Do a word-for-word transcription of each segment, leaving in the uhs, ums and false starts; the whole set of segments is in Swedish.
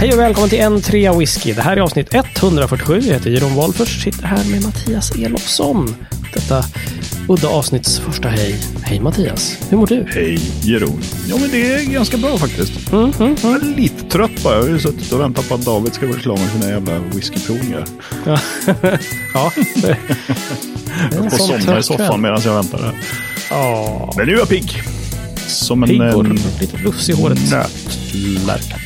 Hej och välkommen till en trea whisky. Det här är avsnitt etthundrafyrtiosju. Jag heter Jeroen Wolffers, sitter här med Mattias Elofsson. Detta udda avsnitts första hej. Hej Mattias, hur mår du? Hej Jeroen. Ja, men det är ganska bra faktiskt. Mm, mm, mm. Jag är lite trött bara. Jag har ju suttit och väntat på att David ska vara klar med sina jävla whiskyprovningar. Ja, ja. Det, jag får somna i soffan medan jag väntar där. Ja. Men nu är jag pigg. Som en... Pigg och en lite lufs i håret. Nötlärka.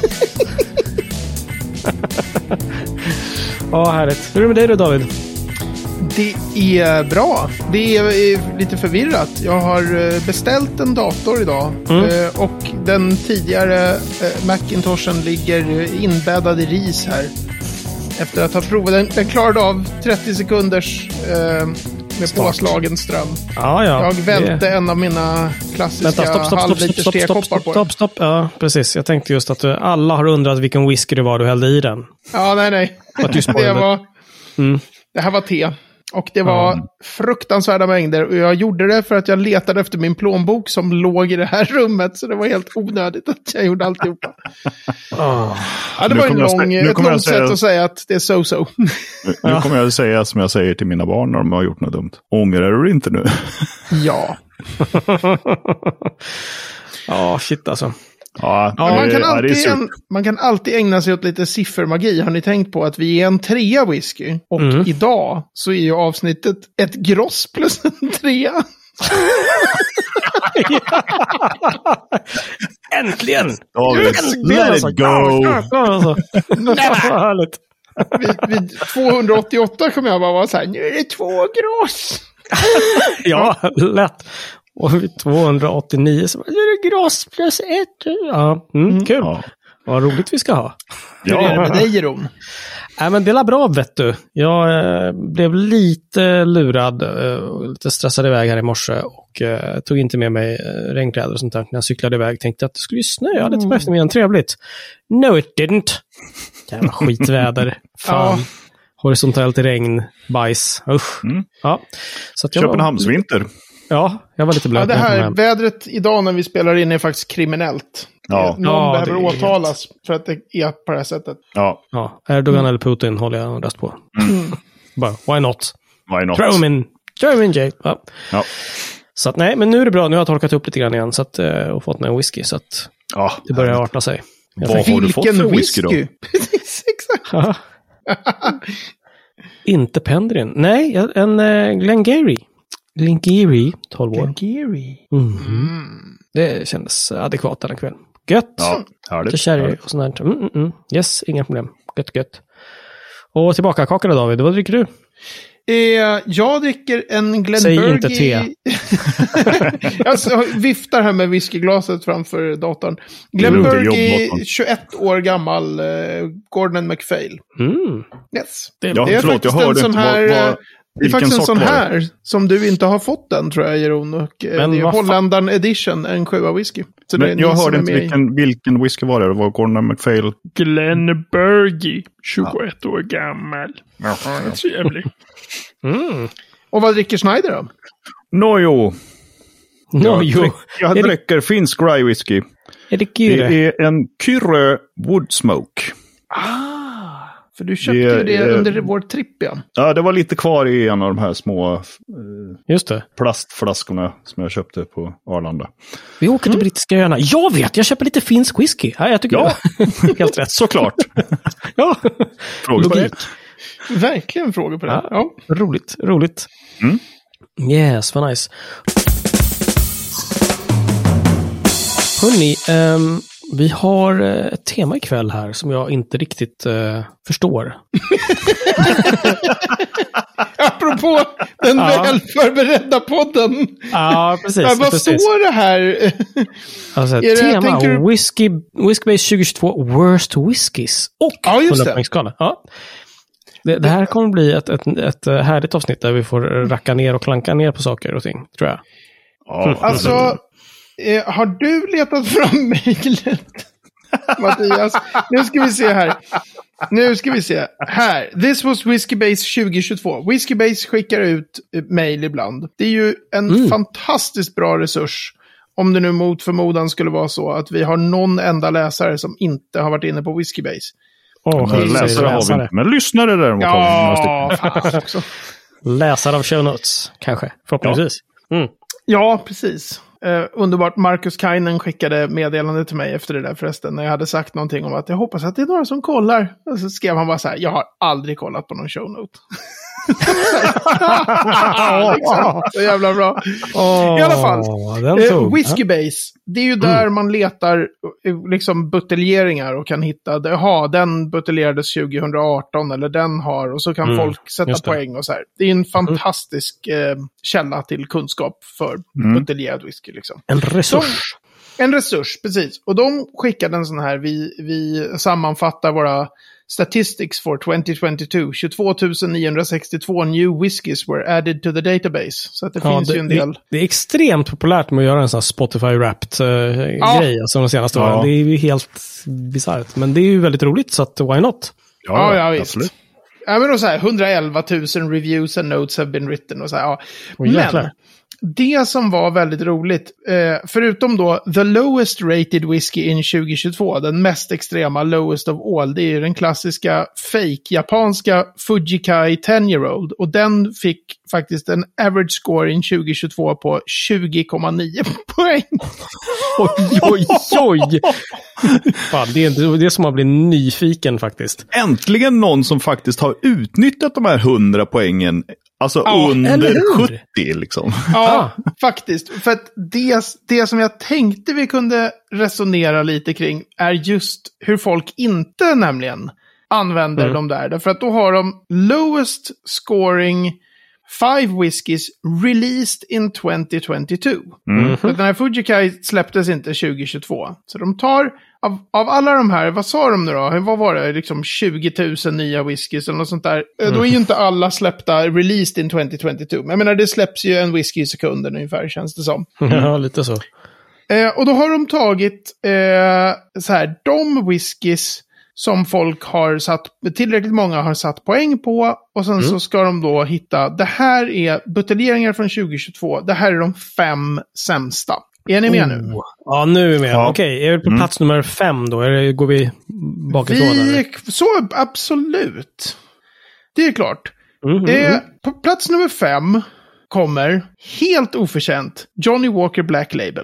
Ja, härligt. Hur är det med dig då, David? Det är bra. Det är lite förvirrat. Jag har beställt en dator idag. Mm. Och den tidigare Macintoshen ligger inbäddad i ris här. Efter att ha provat den. Den klarade av trettio sekunders eh, med Start. Påslagen ström. Ja, ja. Jag välte det... en av mina klassiska halvliters tekoppar på den. Stopp, stopp. Ja, precis. Jag tänkte just att du, alla har undrat vilken whisky det var du hällde i den. Ja, nej, nej. det, var, mm. det här var te. Och det var mm. fruktansvärda mängder. Och jag gjorde det för att jag letade efter min plånbok som låg i det här rummet. Så det var helt onödigt att jag gjorde alltihopa. oh. Ja, det nu var en lång, ett långt säga... sätt att säga att det är so-so. Nu, nu kommer jag att säga som jag säger till mina barn när de har gjort något dumt. Ångrar du inte nu? Ja. Ja, oh, shit alltså. Ja, ja, man, kan alltid, ja, en, man kan alltid ägna sig åt lite siffermagi. Har ni tänkt på att vi är en trea whisky? Och mm. idag så är ju avsnittet ett gross plus en trea. Äntligen! Äntligen! Let it go! Härligt. vid, vid tvåhundraåttioåtta kommer jag bara vara så här, nu är det två gross. Ja, lätt. Och vid tvåhundraåttionio så var det gross plus ett. Ja, mm, mm. Kul. Ja. Vad roligt vi ska ha. Ja. Hur är det med dig, Jeroen? Nej, men det är bra, vet du. Jag eh, blev lite lurad och eh, lite stressad iväg här i morse och eh, tog inte med mig eh, regnkläder och sånt där när jag cyklade iväg. Tänkte att det skulle ju snöa lite på eftermiddagen. Trevligt. No, it didn't. Jävla skitväder. Fan. Ja. Horisontellt regn, bajs. Usch. Mm. Ja. Så att jag Köpenhamnsvinter. Ja, jag var lite blöt. Ja, det här vädret idag när vi spelar in är faktiskt kriminellt. Ja. Någon ja, behöver åtalas helt... för att det är på det här sättet. Ja. Ja, Erdogan mm. eller Putin håller jag en röst på. Mm. Bara, why not? Why not? Throw him in. Throw him in, Jay. Ja. Ja. Så att nej, men nu är det bra. Nu har jag torkat upp lite grann igen så att, och fått en whisky så att ja, det börjar härligt. Arta sig. Vad har Vilken du fått för whisky då? Precis, exakt. Inte Pendrin. Nej, en uh, Glengarry. Glengarry, tolv år. Glengarry. Mm. Mm. Det kändes adekvat den kväll. Gött. Ja, härligt. Lite sherry och sånt där. Mm, mm, mm. Yes, inga problem. Gött, gött. Och tillbaka kakorna, David. Vad dricker du? Eh, jag dricker en Glenburgie. Säg inte te. Jag viftar här med whiskyglaset framför datorn. Glenburgie, tjugoett år gammal, eh, Gordon MacPhail. Mm. Yes. Det, ja, det är förlåt, jag hörde inte här, vad... vad... Det är faktiskt en sån här som du inte har fått den, tror jag, Jeroen. Och men det är Hollandaren Edition, en sjua whisky. Så men det jag hörde inte vilken, vilken whisky var det. Det var Gordon MacPhail. Glenburgie, tjugoett år gammal. Jaha, ja. Trevlig. Mm. Och vad dricker Schneider då? Nojo. Nojo. Jag, jag dricker det... finsk rye whisky. Är det Kyrre? Det är en Kyrre Woodsmoke. Ah. För du köpte ju det, det under vår tripp, ja. Ja, det var lite kvar i en av de här små eh, Just det. plastflaskorna som jag köpte på Arlanda. Vi åker till mm. Brittiska öarna. Jag vet, jag köper lite finsk whisky. Ja, jag tycker ja. det. Helt rätt. Såklart. Ja. Frågor på det. Verkligen frågor på det. Ja, ja. Roligt, roligt. Mm. Yes, vad nice. Hörrni, um, vi har ett tema ikväll här som jag inte riktigt uh, förstår. Apropå den ja. väl förberedda podden. Ja, precis. Ja, vad precis. står det här? Alltså, det, tema du... Whisky, Whiskybase tjugohundratjugotvå Worst Whiskies. Och ja, just det. Ja. Det, det här kommer bli ett, ett, ett härligt avsnitt där vi får racka ner och klanka ner på saker och ting, tror jag. Ja, alltså... Eh, har du letat fram mejlet, Mattias? Nu ska vi se här. Nu ska vi se. Här. This was Whiskybase tjugohundratjugotvå. Whiskybase skickar ut mejl ibland. Det är ju en mm. fantastiskt bra resurs Om det nu mot förmodan skulle vara så att vi har någon enda läsare som inte har varit inne på Whiskybase. Oh, men läsare har vi inte, men lyssnare däremot ja, har vi fan också. Läsare av show notes, kanske. Förhoppningsvis. Ja, mm. ja precis. Uh, underbart. Marcus Kainen skickade meddelande till mig efter det där förresten. När jag hade sagt någonting om att jag hoppas att det är några som kollar. Och så skrev han bara så här, jag har aldrig kollat på någon show note. liksom. Så jävla bra. Oh, I alla fall, uh, Whiskybase. Det är ju där mm. man letar liksom buteljeringar och kan hitta, jaha, den buteljerades tjugo arton eller den har, och så kan mm. folk sätta poäng och så här. Det är en fantastisk mm. eh, källa till kunskap för mm. buteljerad whisky liksom. En resurs. De, en resurs, precis. Och de skickade en sån här, vi, vi sammanfattar våra Statistics for twenty twenty-two. tjugotvå tusen niohundrasextiotvå new whiskies were added to the database. Så att det ja, finns det, ju en del. Det, det är extremt populärt med att göra en sån här Spotify-wrapped uh, ja. grej alltså, de senaste åren. Ja. Det är ju helt bisarrt. Men det är ju väldigt roligt, så att why not? Ja, ja, ja absolut. Ja, men då så här, hundraelva tusen reviews and notes have been written och så här, ja. Och men det som var väldigt roligt, eh, förutom då the lowest rated whisky in tjugo tjugotvå, den mest extrema lowest of all, det är ju den klassiska fake japanska Fujikai ten year old, och den fick faktiskt en average score in tjugo tjugotvå på tjugo komma nio poäng. Oj, oj, oj! Fan, det är det som har blivit nyfiken faktiskt. Äntligen någon som faktiskt har utnyttjat de här hundra poängen. Alltså ja, under sjuttio liksom. Ja, faktiskt. För att det, det som jag tänkte vi kunde resonera lite kring är just hur folk inte nämligen använder mm. de där. Därför att då har de lowest scoring five whiskies released in twenty twenty-two. Mm. Så den här Fujikai släpptes inte tjugo tjugotvå. Så de tar, av, av alla de här, vad sa de nu då? Vad var det? Liksom tjugo tusen nya whiskies eller något sånt där. Mm. Då är ju inte alla släppta released in twenty twenty-two. Men jag menar, det släpps ju en whisky i sekunden ungefär, känns det som. Mm. Ja, lite så. Eh, och då har de tagit eh, så här, de whiskies som folk har satt, tillräckligt många har satt poäng på, och sen mm. så ska de då hitta, det här är buteljeringar från tjugo tjugotvå, det här är de fem sämsta. Är ni med oh. nu? Ja, nu är vi med. Ja. Okej, är vi på mm. plats nummer fem då? Eller går vi bakifrån? Vi, så absolut. Det är klart. Mm, eh, mm. På plats nummer fem kommer, helt oförtjänt, Johnny Walker Black Label.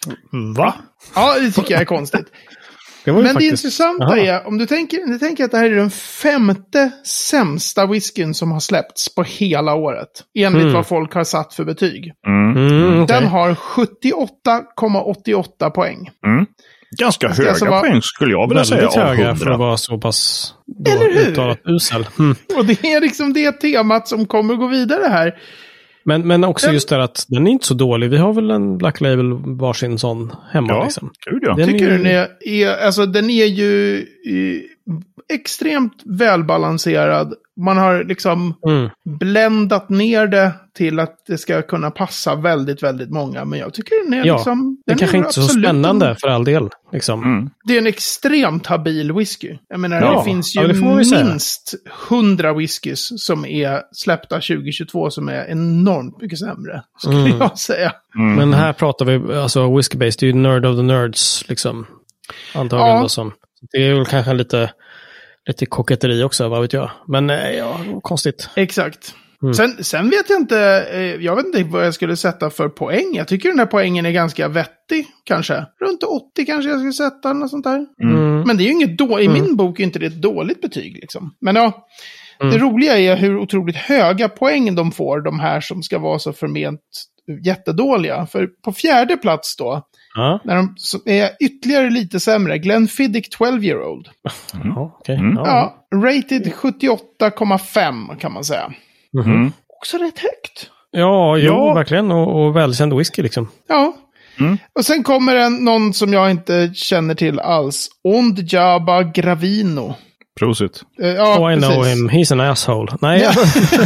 Va? Ja, det tycker jag är konstigt. Det Men faktiskt... det intressanta Aha. är, om du tänker, du tänker att det här är den femte sämsta whiskyn som har släppts på hela året. Enligt mm. vad folk har satt för betyg. Mm. Mm, okay. Den har sjuttioåtta komma åttioåtta poäng. Mm. Ganska det höga alltså vara... poäng skulle jag vilja säga. Väldigt höga för att vara så pass då, Eller hur? uttalat usel. Mm. Och det är liksom det temat som kommer gå vidare här. Men, men också den... just det att den är inte så dålig. Vi har väl en Black Label varsin sån hemma. Ja, liksom. Gud, ja. Den tycker är... den är, är, alltså den är ju är, extremt välbalanserad. Man har liksom mm. bländat ner det till att det ska kunna passa väldigt, väldigt många. Men jag tycker den är ja, liksom... Det den kanske är inte så spännande för all del. Liksom. Mm. Det är en extremt habil whisky. Jag menar, ja, det finns ju ja, det minst hundra whiskys som är släppta tjugo tjugotvå som är enormt mycket sämre, skulle mm. jag säga. Mm. Men här pratar vi, alltså Whiskybase, det är ju nerd of the nerds, liksom. Antagligen ja. då som. Det är väl kanske lite, lite koketteri också, vad vet jag. Men ja, konstigt. Exakt. Mm. Sen, sen vet jag inte, jag vet inte vad jag skulle sätta för poäng. Jag tycker den här poängen är ganska vettig, kanske. Runt åttio kanske jag skulle sätta, eller något sånt där. Mm. Men det är ju inget då, i mm. min bok är inte det ett dåligt betyg, liksom. Men ja, mm. det roliga är hur otroligt höga poäng de får, de här som ska vara så förment jättedåliga. För på fjärde plats då, ja. när de är ytterligare lite sämre, Glenfiddich twelve year old. Mm. Okay. Mm. Ja, rated sjuttioåtta komma fem kan man säga. Mm. Också rätt högt. Ja, jo, ja. verkligen. Och, och välkänd whisky liksom. Ja. Mm. Och sen kommer en, någon som jag inte känner till alls. Ondjaba Gravino. Prosit. Uh, ja, oh, I precis. know him. He's an asshole. Nej, Ja.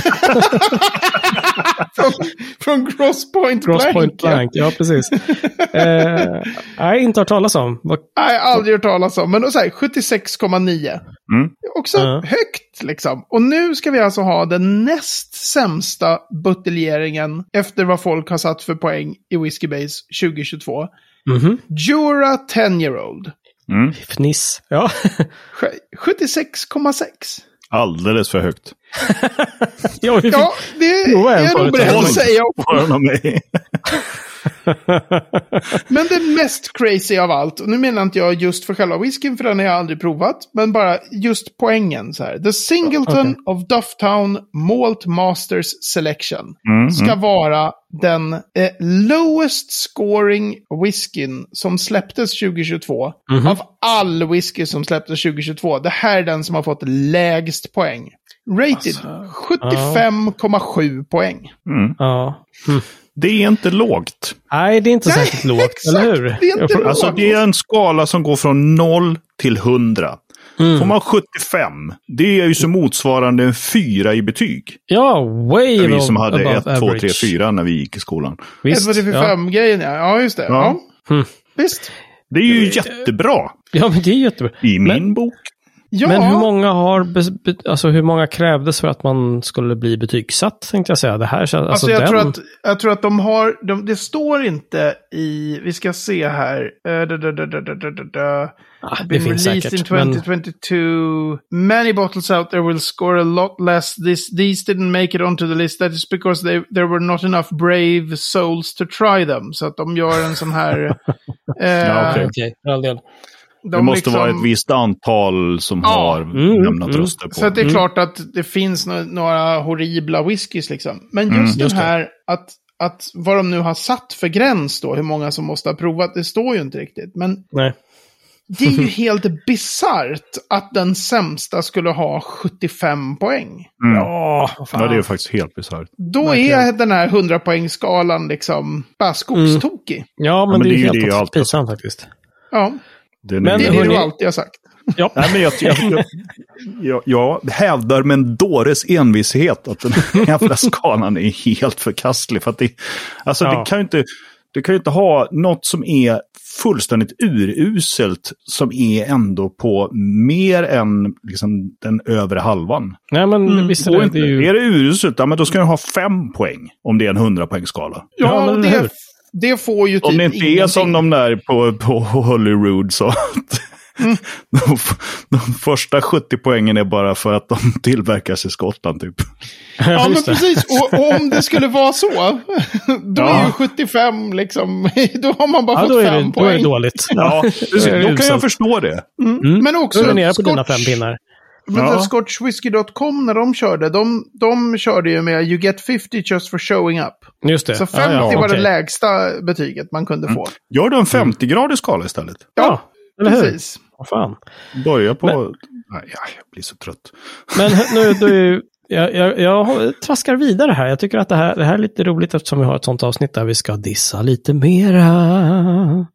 från, från Gross Point Gross Blank. Point Blank. Ja, precis. eh, jag inte hört talas om. Vad... Nej, aldrig hört talas om. Men då säger sjuttiosex komma nio. Mm. Också Ja. högt liksom. Och nu ska vi alltså ha den näst sämsta buteljeringen efter vad folk har satt för poäng i Whiskey Base tjugohundratjugotvå. Mhm. Jura ten-year-old. Mm. Fniss. Ja. sjuttiosex komma sex. Alldeles för högt. ja, vi fick... Ja, det Jo, är en jag nog beredd företag. att säga också. Var de med? Men det mest crazy av allt, och nu menar inte jag just för själva whiskyn, för den har jag aldrig provat, men bara just poängen så här. The Singleton Okay. of Dufftown Malt Masters Selection Mm, ska mm. vara den eh, lowest scoring whiskyn som släpptes tjugohundratjugotvå. Mhm. Av all whisky som släpptes tjugohundratjugotvå. Det här är den som har fått lägst poäng. Rated Alltså, sjuttiofem komma sju poäng. Mm. Ja. Hm. Det är inte lågt. Nej, det är inte Nej, särskilt lågt, exakt. eller hur? Det är inte Jag får- Alltså det är en skala som går från noll till hundra. Mm. Får man sjuttiofem, det är ju så motsvarande en fyra i betyg. Ja, way Vi above- som hade above ett, två, tre, average. fyra när vi gick i skolan. Visst, ett, två, tre, fyra, fem grejen, ja. Ja, just det. Ja. Ja. Mm. Visst. Det är ju jättebra Ja, men det är jättebra. i min Men- bok. Ja. Men hur många har be- be- alltså hur många krävdes för att man skulle bli betygsatt, tänkte jag säga. Det här känns, alltså, Alltså jag, den... tror att, jag tror att de har, de, det står inte i, vi ska se här. Uh, da, da, da, da, da, da, da. Ah, det Been finns released säkert. in twenty twenty-two. Many bottles out there will score a lot less. This, these didn't make it onto the list. That is because they, there were not enough brave souls to try them. Så att de gör en sån här... eh, Ja, okej. Men, okej, för all del. de Det måste liksom- vara ett visst antal som Ja. har Mm, lämnat mm. röster på. Så att det är Mm. klart att det finns no- några horribla whiskys liksom. Men just Mm, den just det. här, att, att vad de nu har satt för gräns då, hur många som måste ha provat, det står ju inte riktigt. Men Nej. det är ju helt bisarrt att den sämsta skulle ha sjuttiofem poäng. Mm. Ja, vad fan. Ja, det är faktiskt helt bisarrt. Då Verkligen. är den här hundra-poängsskalan liksom bara skogstokig. Ja, men, men det är det är ju ju helt det åt allt. pisan faktiskt. Ja, Den Men det är det hörni- du alltid har sagt. Nej, men jag, jag, jag, jag, jag hävdar med en dåres envishet att den här jävla skalan är helt förkastlig. För att det, alltså Ja. det kan ju inte, det kan ju inte ha något som är fullständigt uruselt som är ändå på mer än liksom, den övre halvan. Nej, men Mm, visst är Går det, inte. det är ju... Är det uruselt, ja, men då ska den ha fem poäng om det är en hundra-poängsskala. Ja, Ja, men det, eller hur? det får ju typ Om det inte ingenting. är som de där på, på Holyrood så att Mm. de, de första sjuttio poängen är bara för att de tillverkas i Skottland typ. Ja, men just det. precis. Och, och om det skulle vara så, då Ja. är ju sjuttiofem liksom, då har man bara Ja, fått då är, fem det, då är det poäng. dåligt. Ja, precis. Då är det Då kan jag uselt. förstå det. Mm. Men också Då är vi nere på dina Scotch- fem pinnar. Men Ja. Scotch Whisky dot com när de körde, de, de körde ju med you get fifty just for showing up. Just det. Så femtio ja, ja, var det okej. lägsta betyget man kunde få. Gör du en femtio-gradig skala istället? Ja, eller hur? Precis. Vad fan. Börja på... Men- Nej, jag blir så trött. Men nu, du, jag, jag, jag traskar vidare här. Jag tycker att det här, det här är lite roligt eftersom vi har ett sånt avsnitt där vi ska dissa lite mera.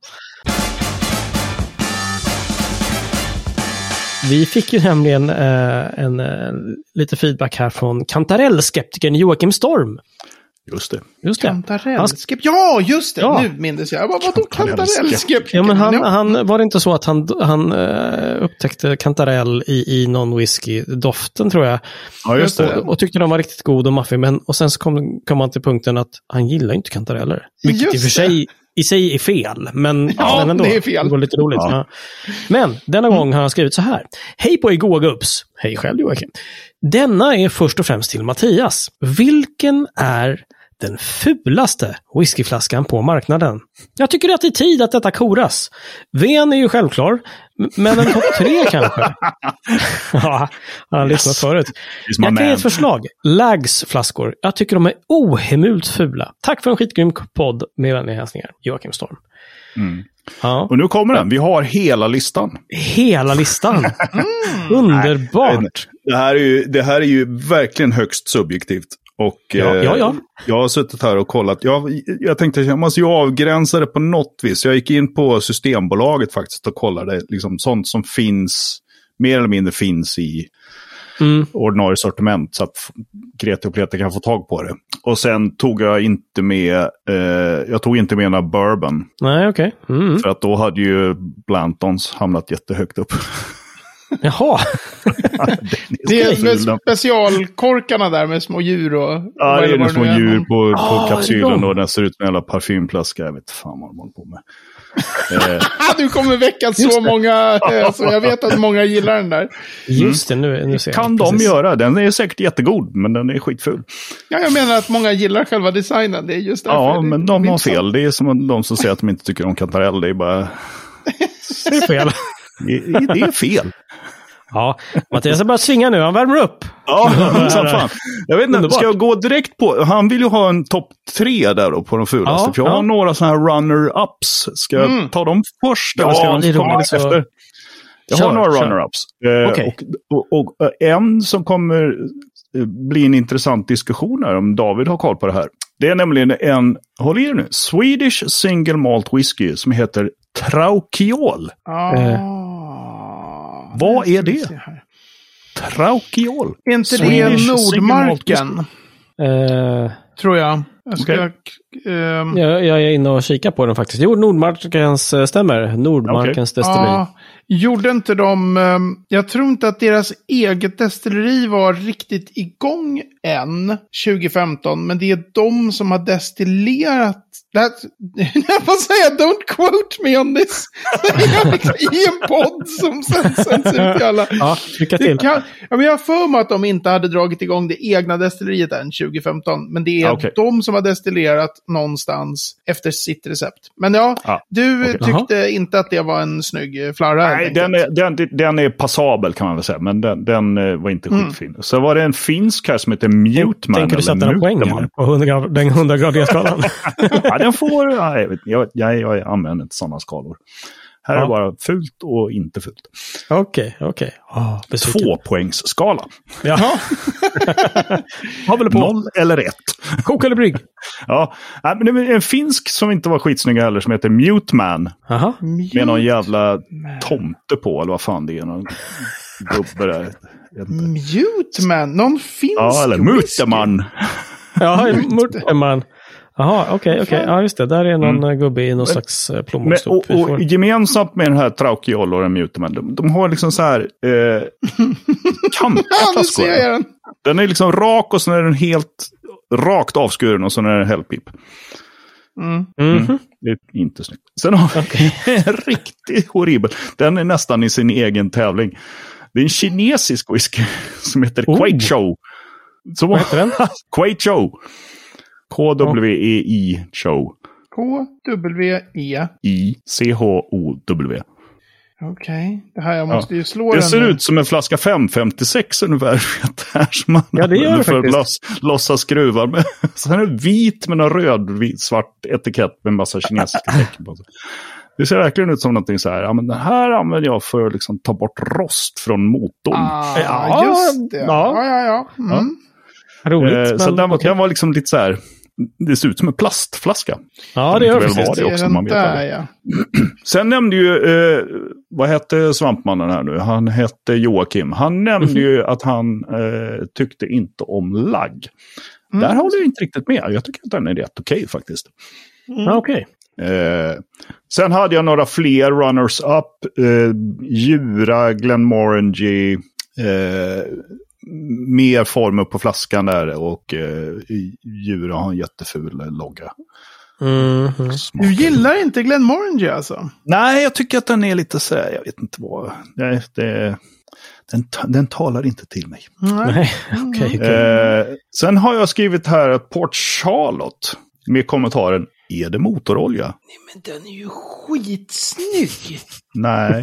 Vi fick ju nämligen eh, en, eh, lite feedback här från kantarellskeptikern Joakim Storm. Just det. Just det. Kantarellskep. Ja, just det. Ja. Nu minns jag. jag bara, vadå kantarellskep? Ja, men han, han, var det inte så att han, han uh, upptäckte kantarell i, i någon whisky, doften tror jag. Ja, just det. Och, och tyckte de var riktigt god och maffig. Men, och sen så kom, kom han till punkten att han gillar inte kantareller. Vilket Just i och för sig, i sig är fel. Men, Ja, men ändå. det är fel. Det var lite roligt. Ja. Ja. Men denna gång har han skrivit så här. Hej på er goa gubbs. Hej själv Joakim. Denna är först och främst till Mattias. Vilken är den fulaste whiskyflaskan på marknaden? Jag tycker att det är tid att detta koras. Ven är ju självklar, m- men en topp tre kanske. Ja, han har Yes. lyssnat förut. He's my Jag kan ge man. ett förslag. Lags flaskor. Jag tycker de är ohemult fula. Tack för en skitgrym podd med vänliga hälsningar. Joakim Storm. Mm. Ja, Och nu kommer den. Vi har hela listan. hela listan. Underbart. Det här är ju, det här är ju verkligen högst subjektivt. Och Ja, eh, ja, ja. jag har suttit här och kollat. Jag, jag tänkte jag måste ju avgränsa det på något vis. Jag gick in på Systembolaget faktiskt och kollade liksom sånt som finns mer eller mindre finns i mm. ordinarie sortiment så att kreti och pleti kan få tag på det. Och sen tog jag inte med eh, jag tog inte med några bourbon. Nej, okej. Okay. Mm. För att då hade ju Blantons hamnat jättehögt upp. Jaha. Det är med specialkorkarna där med små djur och... Ja, det är det små djur på, på ah, kapsylen och den ser ut som en jävla parfymflaska. Jag vet fan vad de håller på med. Du kommer väcka så många... Alltså, jag vet att många gillar den där. Just det, nu, nu ser jag. Kan de göra? Den är säkert jättegod, men den är skitfull. Ja, jag menar att många gillar själva designen. Det är just därför. Ja, det, men de har fel. Det är som de som säger att de inte tycker om kantarell. Det är bara... det är fel. Det, det är fel. Ja, Mattias har bara svinga nu, han värmer upp. Ja, så fan. Jag vet inte, ska jag gå direkt på, han vill ju ha en topp tre där då på de fulaste. Ja, för jag ja. har några sådana här runner-ups. Ska jag mm. ta dem först? Ja, eller ska det är de komma efter? Jag kör, har några kör. runner-ups. Eh, okay. och, och, och en som kommer bli en intressant diskussion här om David har koll på det här. Det är nämligen en, håll i er nu, Swedish Single Malt Whisky som heter Traukiol. Ah. Eh, vad är det? Traukiol. Är inte det Nordmarken? Uh, Tror jag. Jag, ska, okay. uh, jag. Jag är inne och kikar på den faktiskt. Jo, Nordmarkens stämmer. Nordmarkens okay. destilleri. Ah, gjorde inte de... Um, jag tror inte att deras eget destilleri var riktigt igång än tjugo femton. Men det är de som har destillerat... That, jag får säga, don't quote me on this. I en podd som sen sänds ut i alla. Ja, lycka till. Kan, ja, men jag har för mig att de inte hade dragit igång det egna destilleriet än tjugo femton. Men det är okay. de som har destillerat någonstans efter sitt recept. Men ja, ja. du okay. tyckte Aha. inte att det var en snygg flarra. Nej, den är, den, den är passabel kan man väl säga. Men den, den var inte mm. skitfin. Så var det en finsk här som heter Mute Man. Tänker du sätta några poäng på hundra, den hundra-gradiga skalan? Ja, den får... Ja, jag, vet, jag, jag, jag använder inte sådana skalor. Här ja. är det bara fult och inte fult. Okej, okay, okej. Okay. Oh, Tvåpoängsskala. Jaha. Har väl på noll eller ett. Kok eller brygg? Ja, men det är en finsk som inte var skitsnygg heller som heter Mute Man. Aha. Med någon jävla tomte på, eller vad fan det är. Någon gubbe där. Mute Man? Någon finsk? Ja, eller Muteman. Ja, Muteman. Jaha, okej, okay, okej. Okay. Ja, just det. Där är någon mm. gubbe i någon men, slags plommonstop. Och, och gemensamt med den här Traukiol och den Muteman, de, de har liksom så här eh, kantiga flaskor. Den. den är liksom rak och så är den helt rakt avskuren och så är den hällpip. Mm. Mm. Mm. Det är inte snyggt. Sen har vi okay. en riktigt horribel. Den är nästan i sin egen tävling. Det är en kinesisk whisky som heter oh. Quaichou. Vad heter den? Quaichou. K W E I Show. K W E I C H O W. Okej, okay. Det här jag måste ja. ju slå det den. Det ser ut som en flaska fem femtiosex ungefär. Här som man ja, det gör det för faktiskt. Loss, lossa skruvar med. Så här är vit med en röd vit, svart etikett med en massa kinesiska tecken på sig. Det ser verkligen ut som någonting så här. Ja, men den här använder jag för att liksom ta bort rost från motorn. Ah, ja, just det. Ja, ja, ja. ja. Mm. ja. Roligt. Eh, men, så den, okay. den var liksom lite så här. Det ser ut som en plastflaska. Ja, det gör det. Var det också, man vet där, ja. Sen nämnde ju, eh, vad hette svampmannen här nu? Han hette Joakim. Han nämnde mm-hmm. ju att han eh, tyckte inte om lagg. Mm. Där håller jag inte riktigt med. Jag tycker att den är rätt okej okay, faktiskt. Mm. Ja, okej. Okay. Eh, sen hade jag några fler runners-up. Eh, Djura, Glenmorangie, eh, mer former på flaskan där och eh, Djura har en jätteful logga. Mm-hmm. Du gillar inte Glenmorangie alltså? Nej, jag tycker att den är lite så här, jag vet inte vad. Nej, det, den, den talar inte till mig. Nej, okej. Okay, okay. eh, sen har jag skrivit här att Port Charlotte med kommentaren, är det motorolja? Nej, men den är ju skitsnygg. Nej.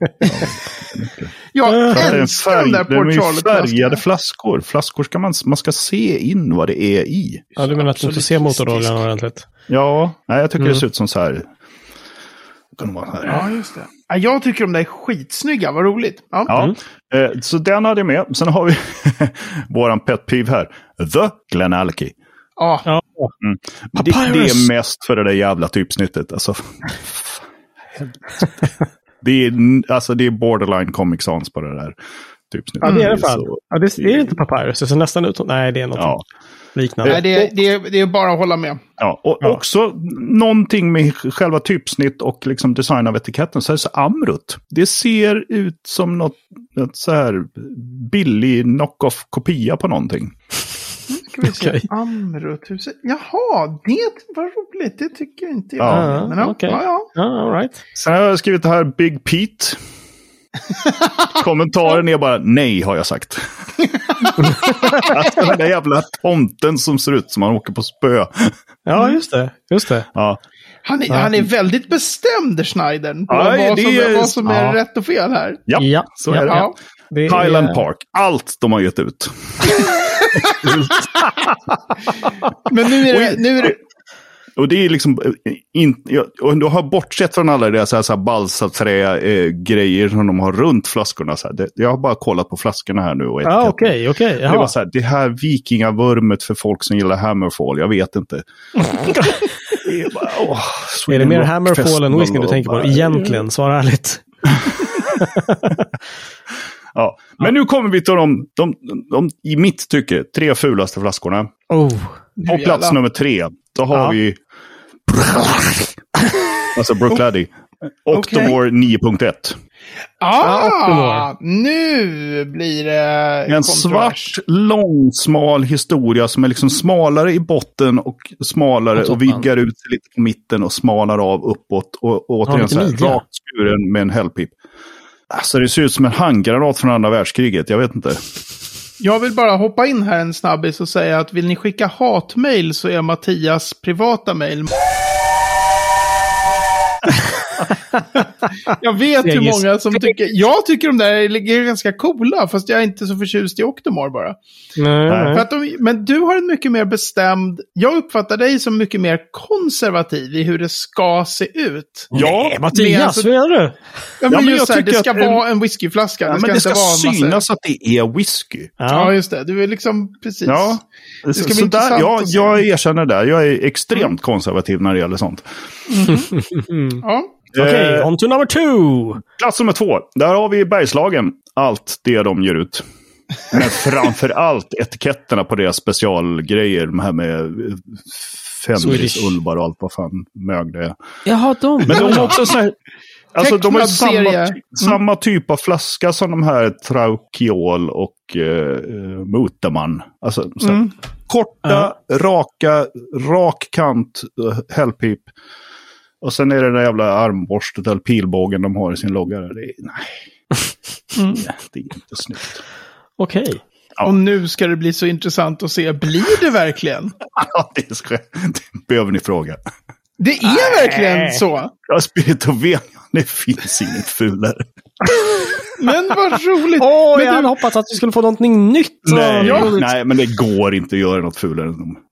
Jag älskar den färg, där Port Charlotte. Det är färgade flaskor. Flaskor ska man, man ska se in vad det är i. Ja, du menar att du inte ser motoroljan ordentligt? Ja, nej, jag tycker mm. det ser ut som så här. Kan vara här. Ja, just det. Ja, jag tycker de där är skitsnygga, vad roligt. Ja, ja mm. eh, så den hade jag med. Sen har vi våran pet peeve här. The Glenallachie. Ja. ja. Mm. Det, det är mest för det där jävla typsnittet. Alltså. Det är, alltså, det är borderline Comic Sans på det där. Typ, ja, det är det i alla fall. Så, ja, det, det är inte Papyrus. Det ser nästan ut som... Nej, det är något ja. liknande. Nej, det, det, det är bara att hålla med. Ja, och ja. också någonting med själva typsnitt och liksom design av etiketten. Så är det så Amrut. Det ser ut som något, något så här billig knock-off-kopia på någonting. Ska vi se. Okay. Amrut. Jaha, det var roligt. Det tycker inte jag. Ja, Men, ja, okay. ja, ja. ja, all right. Sen har jag skrivit det här Big Pete. Kommentaren är bara nej, har jag sagt. Alltså den där jävla tomten som ser ut som han åker på spö. Ja, just det. Just det. Ja. Han är, ja. han är väldigt bestämd, Schneidern, på Ja, vad, det som, är, vad som är ja. rätt och fel här. Ja, ja. så ja. är det. Ja. det Highland är... Park. Allt de har gett ut. Men nu är det... Nu är det... Och det är liksom, in, och du har bortsett från alla deras så här, så här balsaträ-grejer som de har runt flaskorna. Så här. Det, jag har bara kollat på flaskorna här nu. Och Ja, okej, okej. det var så här, det här vikingavurmet för folk som gillar Hammerfall, jag vet inte. Det är, bara, åh, är det mer Hammerfall än whisky du tänker på? Egentligen, svara ärligt. Ja, men ja. Nu kommer vi till de, de, de, de, i mitt tycke, tre fulaste flaskorna. Oh. På plats nummer tre, då har ja. vi alltså Bruichladdich. Octomore okay. nio punkt ett. Ah, ja, nu blir det en kontrovers. Svart, lång, smal historia som är liksom smalare i botten och smalare och, och vidgar ut lite på mitten och smalar av uppåt och, och återigen så här rakt skuren med en hällpip. Alltså det ser ut som en handgranat från andra världskriget, jag vet inte. Jag vill bara hoppa in här en snabbis och säga att vill ni skicka hatmail så är Mattias privata mail. Jag vet hur många som tycker... Jag tycker de där är ganska coola, fast jag är inte så förtjust i Octomore bara. Nej, nej. För att de, men du har en mycket mer bestämd... Jag uppfattar dig som mycket mer konservativ i hur det ska se ut. Ja, nej, Mattias, alltså, vad är du? Ja, men, ja, men just här, det ska vara en whiskyflaska. Ja, det ska, men det ska inte vara synas massa... att det är whisky. Ja. ja, just det. Du är liksom precis... Ja, det ska så, bli intressant. Där, ja, jag erkänner det. Jag är extremt mm. konservativ när det gäller sånt. Mm. Ja. Okej, okay, on to number two. Plats nummer två. Där har vi Bergslagen. Allt det de ger ut. Men framför allt etiketterna på deras specialgrejer. De här med Fenris, Ulvar och allt vad fan mög det är. Jaha, de. Men de har också så här... Alltså de har samma, mm. samma typ av flaska som de här Traukiol och uh, Muteman. Alltså så här, mm. korta, uh. raka, rak kant, uh, hällpip. Och sen är det den jävla armborstet eller pilbågen de har i sin logga. Det är, nej, mm. det är inte snyggt. Okej. Okay. Ja. Och nu ska det bli så intressant att se, blir det verkligen? Ja, det, ska, det behöver ni fråga. Det är nej. Verkligen så. Ja, Spirit of Venia, det finns inget fulare. Men vad roligt. Åh, men jag hade du... hoppats att vi skulle få någonting nytt. Nej, ja. nej, men det går inte att göra något fulare än dem.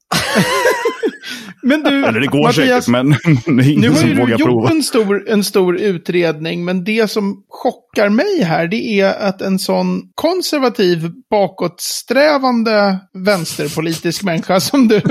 Men du, eller det går Mattias, säkert, men det är ingen nu har som ju vågar du prova. gjort en stor, en stor utredning, men det som chockar mig här, det är att en sån konservativ, bakåtsträvande vänsterpolitisk människa som du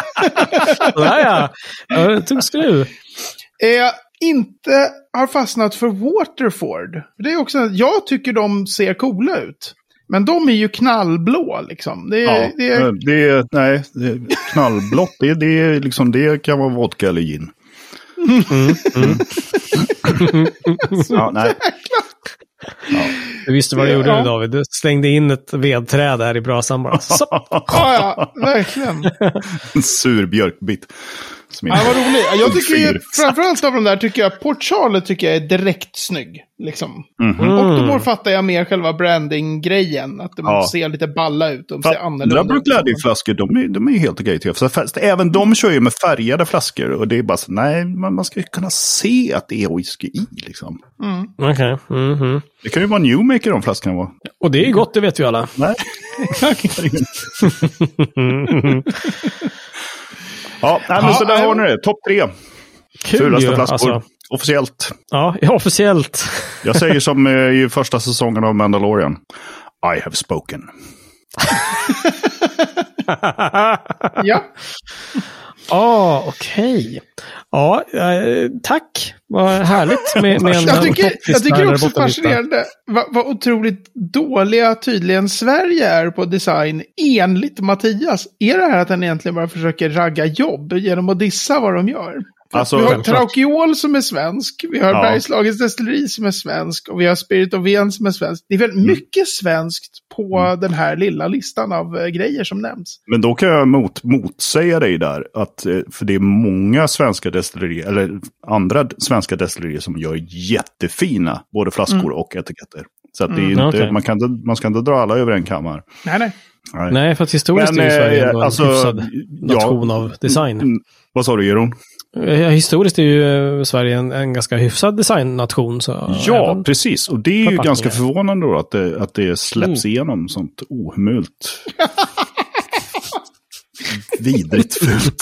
ja, ja. Jag tog skruv. är inte har fastnat för Waterford. Det är också, jag tycker de ser coola ut. Men de är ju knallblå liksom. Det är, ja, det är... Det är, nej, det är knallblått. Det, det, är liksom, det kan vara vodka eller gin. Mm, mm. ja, nej. Ja. Du visste vad du gjorde ja. David. Du slängde in ett vedträd där i brasan bara. ja, ja, verkligen. En sur björkbit. Ja, vad roligt. Jag tycker, framförallt av de där tycker jag, Port Charlotte tycker jag är direkt snygg. Liksom. Mm-hmm. Och då fattar jag mer själva branding-grejen. Att de ja. ser lite balla ut. De ser annorlunda ut. Bruichladdich-flaskor, de är, de är helt okej till. För fast, även de kör ju med färgade flaskor. Och det är bara så, nej, man, man ska ju kunna se att det är whisky i. Liksom. Mm. Okej. Okay. Mm-hmm. Det kan ju vara Newmaker de flaskorna var. Och det är gott, det vet vi alla. Nej. Ja, nej, men ja, så där har ni det. Topp tre. Kul fulaste ju, flaskor. Alltså. Officiellt. Ja, ja, officiellt. Jag säger som i första säsongen av Mandalorian. I have spoken. ja. ah, okej. Okay. Ja, eh, tack. Vad härligt med, med en jag tycker, jag tycker också fascinerande vad, vad otroligt dåliga tydligen Sverige är på design enligt Mattias. Är det här att han egentligen bara försöker ragga jobb genom att dissa vad de gör? Alltså, vi har Traukiol som är svensk, vi har ja. Bergslagens destilleri som är svensk och vi har Spirit of Ven som är svensk. Det är väldigt mm. mycket svenskt på mm. den här lilla listan av uh, grejer som nämns. Men då kan jag mot, motsäga dig där, att, för det är många svenska destillerier, eller andra svenska destillerier som gör jättefina både flaskor mm. och etiketter. Så att det är mm. inte, okay. man, kan inte, man ska inte dra alla över en kammare. Nej, nej. Nej, nej för att historiskt men, är Sverige en alltså, hyfsad nation ja, av design. Mm, vad sa du, Jeroen? Ja, historiskt är ju Sverige en, en ganska hyfsad designnation. Så ja, precis. Och det är ju ganska förvånande då att det, att det släpps mm. igenom sånt ohemult. Vidrigt fult.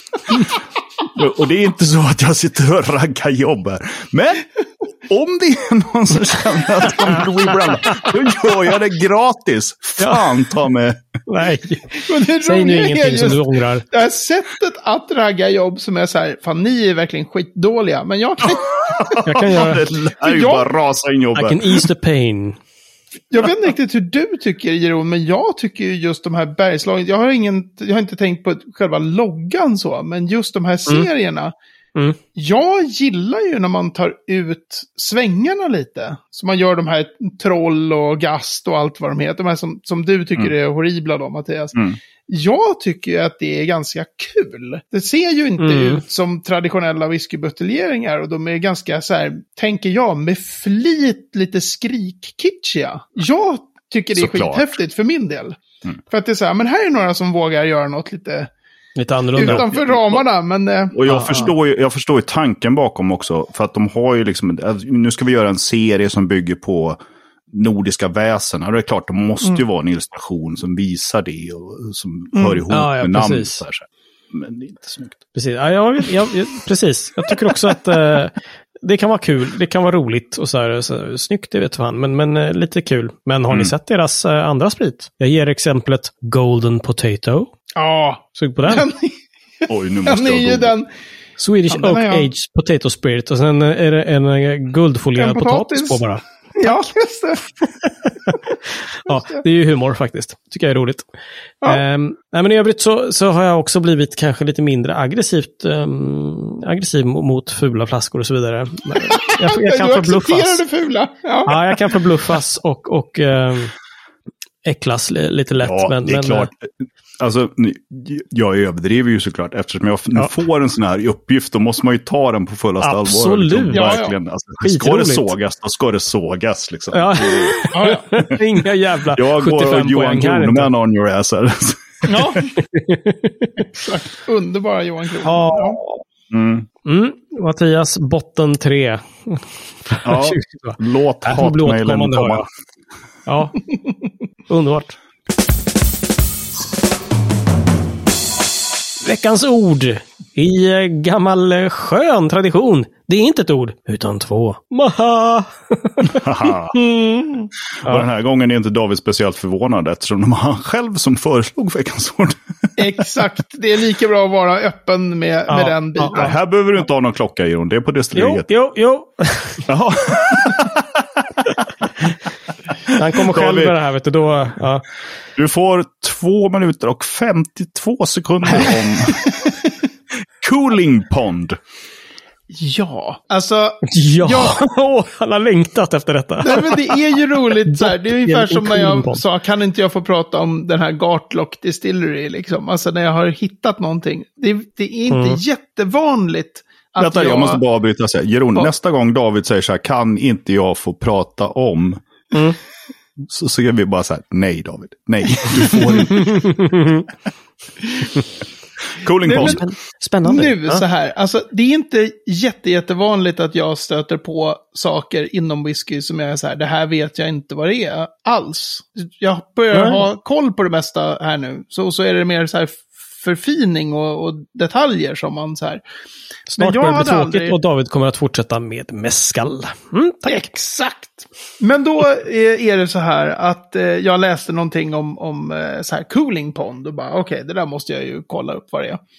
Och det är inte så att jag sitter och raggar jobb här. Men om det är någon som känner att de vill blanda, då gör jag det gratis. Fan, ta mig. Nej, säg nu ingenting som du ångrar. Det här sättet att ragga jobb som är så här, fan ni är verkligen skitdåliga, men jag kan... jag kan göra... Det lär ju bara rasa in jobbet. I can ease the pain. Jag vet inte riktigt hur du tycker, Jeroen, men jag tycker ju just de här bergslagen, jag har, ingen, jag har inte tänkt på själva loggan så, men just de här serierna, mm. Mm. jag gillar ju när man tar ut svängarna lite. Så man gör de här troll och gast och allt vad de heter, de här som, som du tycker mm. är horribla då, Mattias. Mm. Jag tycker ju att det är ganska kul. Det ser ju inte mm. ut som traditionella whiskybuteljeringar och de är ganska så här, tänker jag, med flit lite skrikkitschiga. Jag tycker det är Såklart. skithäftigt för min del. Mm. För att det är så här, men här är några som vågar göra något lite... Lite annorlunda. Utanför ramarna, men... Och jag, ah, förstår ju, jag förstår ju tanken bakom också. För att de har ju liksom... Nu ska vi göra en serie som bygger på nordiska väsen. Och det är klart, det måste mm. ju vara en illustration som visar det och som mm. hör ihop ja, ja, med namn. Så här. Men det är inte snyggt. Precis, ja, jag, jag, jag, precis. Jag tycker också att eh, det kan vara kul. Det kan vara roligt och så här, så här snyggt, det vet fan. Men, men eh, lite kul. Men har mm. ni sett deras eh, andra sprit? Jag ger exemplet Golden Potato. Ja. Sug på den. den Oj, nu måste den jag den... Swedish ja, Oak Aged Potato Spirit. Och sen är det en, en guldfolierad potatis. potatis på bara. Ja, just det. Ja, det är ju humor faktiskt. Tycker jag är roligt. Ja. Um, nej, men i övrigt så, så har jag också blivit kanske lite mindre aggressivt um, aggressiv mot fula flaskor och så vidare. Jag, jag kan du förbluffas. Det fula. Ja. Ja, jag kan förbluffas och, och um, äcklas lite lätt. Ja, men, det är men, klart. Alltså, jag överdriver ju såklart. Eftersom jag ja. får en sån här uppgift, då måste man ju ta den på fullaste allvar. Absolut. Liksom, ja, verkligen. Alltså, ska det sågas, då ska det sågas. Liksom. Ja. Ja, ja. Inga jävla jag går och Johan Kroneman on your ass. Ja, exakt. Underbara Johan Kroneman. Ja. Mm. Mm. Mattias, botten tre. Ja. Låt hatmejlen komma. Ja, underbart. Veckans ord i gammal skön tradition. Det är inte ett ord, utan två. Maha! mm. Och den här gången är inte David speciellt förvånad eftersom det var han själv som föreslog veckans ord. Exakt, det är lika bra att vara öppen med, ja, med den biten. Ja, här behöver du inte ha någon klocka, Jon. Det är på destilleriet. Jo, jo, jo. Jaha. Han kommer själv med det här, vet du, då... Ja. Du får två minuter och femtiotvå sekunder om Cooling Pond. Ja, alltså... Ja, jag... han har längtat efter detta. Nej, men det är ju roligt så här. Det är ungefär som när jag sa, kan inte jag få prata om den här Gartlock Distillery, liksom. Alltså när jag har hittat någonting. Det, det är inte mm. jättevanligt att Vänta, jag... jag måste bara avbryta sig. Jeroen, ja. nästa gång David säger så här, kan inte jag få prata om... Mm. Så säger vi bara så här, nej David, nej, du får inte. Cooling nej, Post. Spännande. Nu ja. så här, alltså det är inte jätte, jättevanligt att jag stöter på saker inom whisky som jag är så här, det här vet jag inte vad det är alls. Jag börjar nej. ha koll på det mesta här nu, så, så är det mer så här förfining och, och detaljer som man så här. Snart börjar det bli tråkigt aldrig... och David kommer att fortsätta med mescal. Mm, tack. Exakt. Men då är, är det så här att eh, jag läste någonting om, om eh, så här cooling pond och bara okej, okay, det där måste jag ju kolla upp vad det är.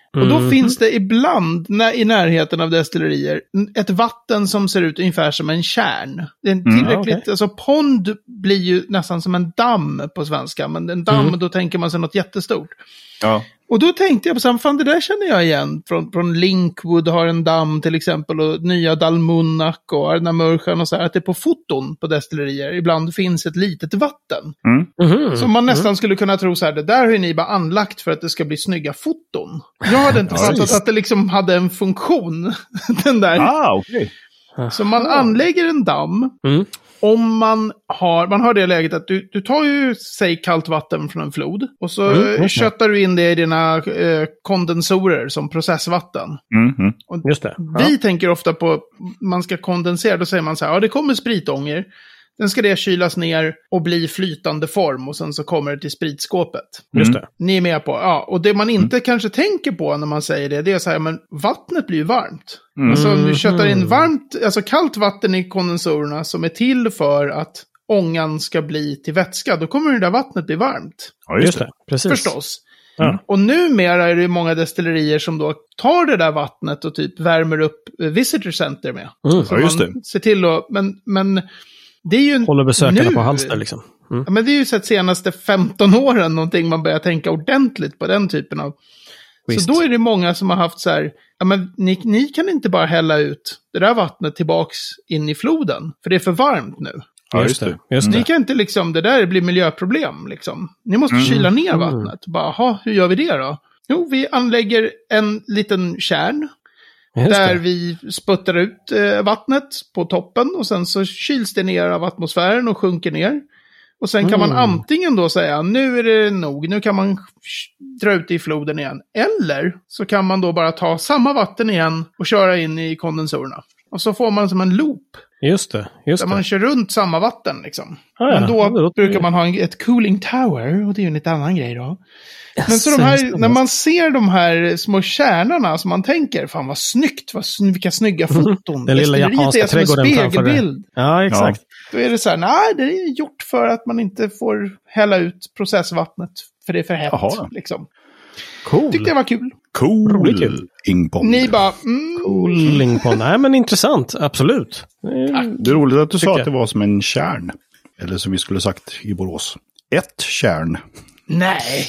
Och då Mm. finns det ibland när, i närheten av destillerier ett vatten som ser ut ungefär som en kärn. Det är en tillräckligt, Mm, okay. alltså pond blir ju nästan som en damm på svenska, men en damm, Mm. då tänker man sig något jättestort. Ja. Och då tänkte jag på samma, fan det där känner jag igen. Från, från Linkwood har en damm till exempel, och nya Dalmunnak och Arnamurchan och så här, att det på foton på destillerier ibland finns ett litet vatten. Mm. Mhm. Som man nästan skulle kunna tro så här, det där har ju ni bara anlagt för att det ska bli snygga foton. Jag hade inte Ja, fattat just. att det liksom hade en funktion, den där. Ah, okej. Så man anlägger en damm. Mm. Om man har, man har det läget att du, du tar ju, säg kallt vatten från en flod. Och så Mm, mm, okay. köttar du in det i dina eh, kondensorer som processvatten. Mm, mm. Och Just det. vi Ja. tänker ofta på, man ska kondensera, då säger man så här, ja det kommer spritånger. Sen ska det kylas ner och bli flytande form och sen så kommer det till spritskåpet. Just det. Ni är med på, ja. Och det man inte kanske tänker på när man säger det, det är så här, men vattnet blir ju varmt. Mm. Alltså om du köttar in varmt, alltså kallt vatten i kondensorerna som är till för att ångan ska bli till vätska, då kommer det där vattnet bli varmt. Ja, just Just det. det. Precis. Förstås. Ja. Och numera är det många destillerier som då tar det där vattnet och typ värmer upp eh, Visitor Center med. Mm. Så Ja, just man det. ser till att, men, men det är ju en, Håller besökarna nu- på halster liksom. Mm. Ja, men det är ju så att senaste femton åren någonting man börjar tänka ordentligt på den typen av. Visst. Så då är det många som har haft så här, ja men ni, ni kan inte bara hälla ut det där vattnet tillbaks in i floden, för det är för varmt nu. Ja, Just just det. det. Just Ni det. kan inte liksom, det där blir miljöproblem liksom. Ni måste kyla ner vattnet. Bara, aha, hur gör vi det då? Jo, vi anlägger en liten kärn. Just Där det. vi sputtar ut eh, vattnet på toppen och sen så kyls det ner av atmosfären och sjunker ner. Och sen kan man Mm. antingen då säga, nu är det nog, nu kan man sh- dra ut det i floden igen. Eller så kan man då bara ta samma vatten igen och köra in i kondensorerna. Och så får man som en loop, Just det. Just där det. man kör runt samma vatten liksom. Ah, ja. Men då Ja, det låter brukar ju- man ha en, ett cooling tower, och det är ju en lite annan grej då. Men så de Yes, här, just det. när man ser de här små kärnorna som man tänker, fan vad snyggt, vad, sny- vilka snygga foton. Den lilla Destilleriet japanska är som en trädgården framför det. spegelbild. Ja, exakt. Då är det så här, nej, det är gjort för att man inte får hälla ut processvattnet, för det är för hett. Jaha. Liksom. Cool. Tyckte det var kul. Cool. Roligt ju. Ingpong. Ni bara, mm, Cooling på. Nej, men intressant. Absolut. Mm. Det är roligt att du sa Tycker att det var som en kärn. Eller som vi skulle sagt i Borås. Ett kärn. nej.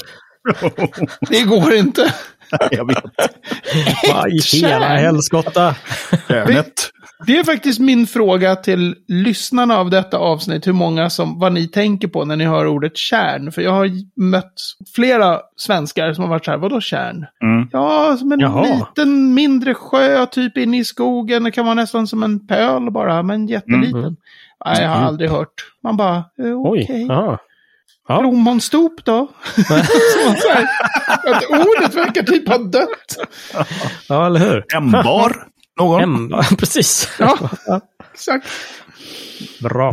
Det går inte. Jag vet. Vad i hela helskotta. Kärnet. Det är faktiskt min fråga till lyssnarna av detta avsnitt. Hur många som, vad ni tänker på när ni hör ordet kärn. För jag har mött flera svenskar som har varit så här, vadå kärn? Mm. Ja, som en Jaha. liten mindre sjö typ inne i skogen. Det kan vara nästan som en pöl bara, men jätteliten. Mm. Nej, jag har aldrig hört. Man bara, eh, Oj. okej. Ja. Ja. Plommonstop då? Så här, att ordet verkar typ ha dött. Ja, eller hur? Ämbar. Någon? Hem. Ja, precis. Ja, exakt. Bra.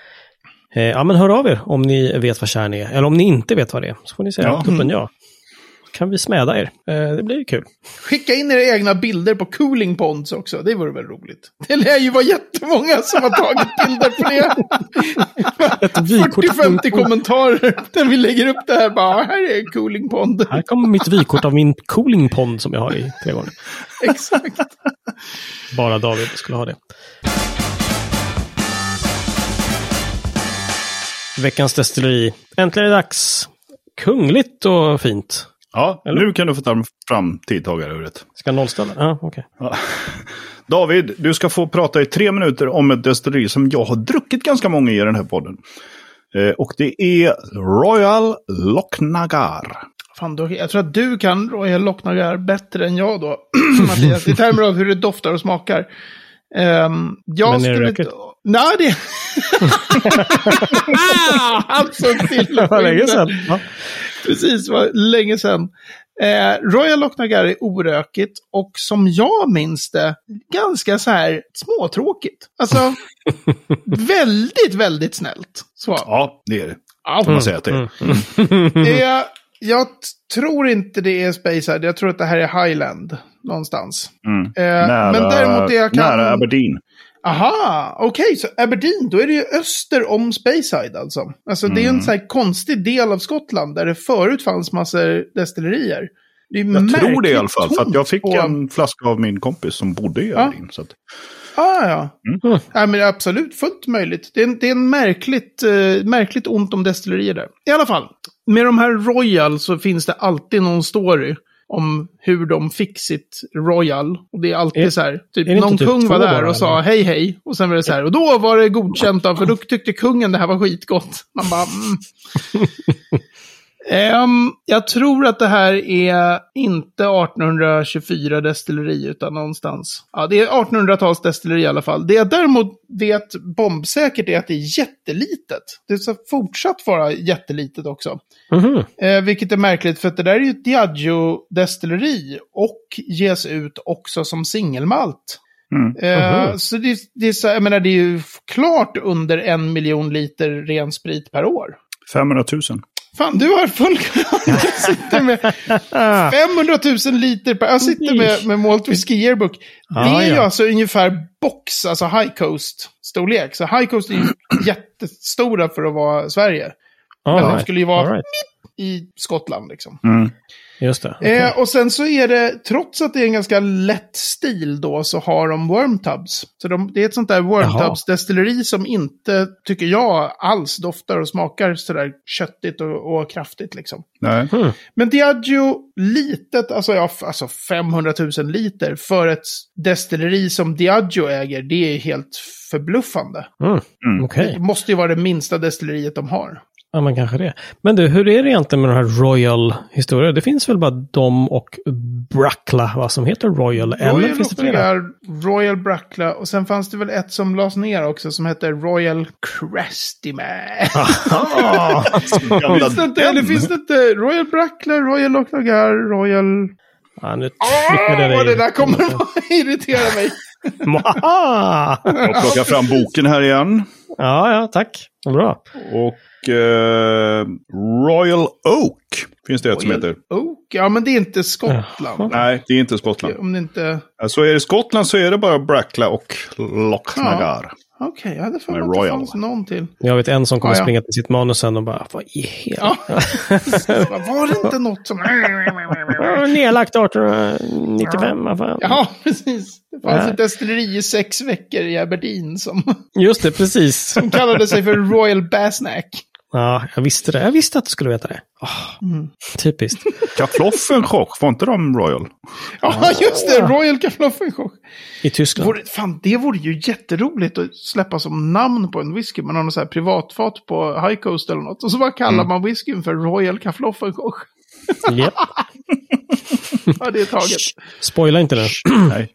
Eh, ja, men hör av er om ni vet vad kärn är. Eller om ni inte vet vad det är. Så får ni säga Ja. tuppen ja. Kan vi smäda er. Eh, det blir kul. Skicka in era egna bilder på cooling ponds också. Det vore väl roligt. Det lär ju vara jättemånga som har tagit bilder på det. fyrtio femtio kommentarer där vi lägger upp det här. Bara, här är cooling pond. Här kommer mitt vykort av min cooling pond som jag har i trädgården. Exakt. Bara David skulle ha det. Veckans destilleri. Äntligen är det dags. Kungligt och fint. Ja, Eller? nu kan du få ta fram tidtagaruret. Ska nollställa? Ja, okej. Ja. David, du ska få prata i tre minuter om ett destilleri som jag har druckit ganska många i den här podden. Eh, och det är Royal Lochnagar. Fan, då, jag tror att du kan Royal Lochnagar bättre än jag då. Mattias, i termer av hur det doftar och smakar. Um, jag Men är det skulle... rökigt? Nej, det... ah, han såg till Det var länge sedan. Ja. Precis, var länge sedan. Eh, Royal Lochnagar är orökigt och som jag minns det, ganska så här småtråkigt. Alltså, väldigt, väldigt snällt. Så. Ja, det är det. Ja, Får man säga att det är. Eh, jag t- tror inte det är Speyside. Jag tror att det här är Highland någonstans. Mm. Eh, Nära, men däremot det jag kan... nära Aberdeen. Aha, okej, okay, så Aberdeen, då är det ju öster om Speyside alltså. Alltså mm. det är en så här konstig del av Skottland där det förut fanns massor destillerier. Det är Jag tror det i alla fall. För att jag fick på... en flaska av min kompis som bodde i Aberdeen. Ja. Så att... Ah, ja, Mm. ja. Men absolut fullt möjligt. Det är, det är en märkligt, uh, märkligt ont om destillerier där. I alla fall, med de här Royal så finns det alltid någon story om hur de fick sitt Royal. Och det är alltid är, så här, typ någon typ kung var där bara, och sa hej hej. Och sen var det så här, och då var det godkänt av, för då tyckte kungen det här var skitgott. Man bara, mm. Um, jag tror att det här är inte arton tjugofyra destilleri utan någonstans. Ja, det är artonhundratals destilleri i alla fall. Det jag däremot vet bombsäkert är att det är jättelitet. Det ska fortsatt vara jättelitet också. Mm-hmm. Uh, vilket är märkligt för att det där är ju ett Diageo-destilleri och ges ut också som singelmalt. Mm. Uh, så det, det, är så, jag menar, det är ju klart under en miljon liter ren sprit per år. femhundratusen. Fan, du har full... Jag sitter med femhundratusen liter per... Jag sitter med, med Malt Whisky Yearbook. Det ah, är ja. ju alltså ungefär box, alltså High Coast-storlek. Så High Coast är ju jättestora för att vara Sverige. All Men right. de skulle ju vara right. i Skottland liksom. Mm. Just det. Okay. Eh, och sen så är det, trots att det är en ganska lätt stil då, så har de wormtubs. Så de, det är ett sånt där wormtubs-destilleri som inte, tycker jag, alls doftar och smakar sådär köttigt och, och kraftigt liksom. Nej. Mm. Men Diageo, litet, alltså, ja, alltså femhundratusen liter för ett destilleri som Diageo äger, det är helt förbluffande. Mm. Mm. Okay. Det måste ju vara det minsta destilleriet de har. Ja, men kanske det. Men du, hur är det egentligen med de här Royal-historier? Det finns väl bara de och Brackla, vad som heter Royal? Royal Eller finns det flera? Royal Brackla, och sen fanns det väl ett som lades ner också som heter Royal Crestime. finns det inte, eller finns det inte Royal Brackla, Royal Lochnagar, Royal... Ja, nu Åh, det, det där kommer att irritera mig. Jag plockar fram boken här igen. Ja, ja, tack. Bra. Och eh, Royal Oak finns det ett som heter. Oak? Ja, men det är inte Skottland. Ja. Nej, det är inte Skottland. Om det inte... Så är det Skottland så är det bara Brackla och Lochnagar. Ja. Okej, okay, jag hade för mig Med att det Royal. fanns någon till. Jag vet en som kommer ja, ja. springa till sitt manus sen och bara, vad i hela... Ja. Var det inte något som... Nedlagt arton nittiofem. Ja, ja precis. Det fanns ja. ett destilleri i sex veckor i Aberdeen som... Just det, precis. som kallade sig för Royal Basnack. Ja, jag visste det. Jag visste att du skulle veta det. Oh, mm. Typiskt. Kaffloffenchock, var inte de Royal? Ja, just det. Royal Kaffloffenchock. I Tyskland. Vore, fan, det vore ju jätteroligt att släppa som namn på en whisky. Man har någon så här privatfat på High Coast eller något. Och så bara kallar mm. man whiskyn för Royal Kaffloffenchock. Japp. Ja, det är taget. Spoila inte den. Nej.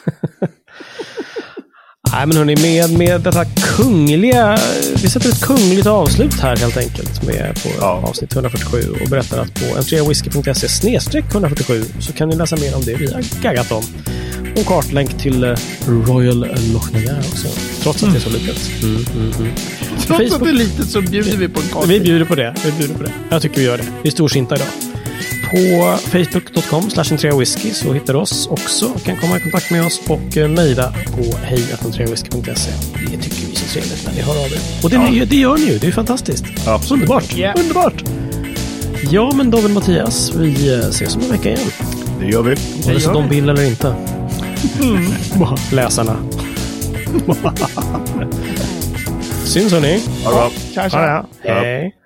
Nej, men hörni, med, med detta kungliga... Vi sätter ett kungligt avslut här helt enkelt med på ja. avsnitt hundrafyrtiosju och berättar att på m tre whisky punkt se slash hundrafyrtiosju så kan ni läsa mer om det vi har gaggat om. Och kartlänk till Royal Lochnagar också. Trots att det är så litet. Mm, mm, mm. Trots Facebook, att det är litet så bjuder vi på en kart. Vi bjuder på det. Vi bjuder på det. Jag tycker vi gör det. Vi är storsinta idag. På facebook punkt com slash tre whisky så hittar du oss också. Kan komma i kontakt med oss och mejla på hej at tre whisky punkt se. Det tycker vi är så trevligt när ni hör av er. Och det, ja. ni, det gör ni ju. Det är fantastiskt. Absolut. Underbart. Yeah. Underbart. Ja, men David Mattias, vi ses om en vecka igen. Det gör vi. Vare sig de vill eller inte. Mm. Läsarna. Syns hörni. Ja, bra. Tja, tja. Hej.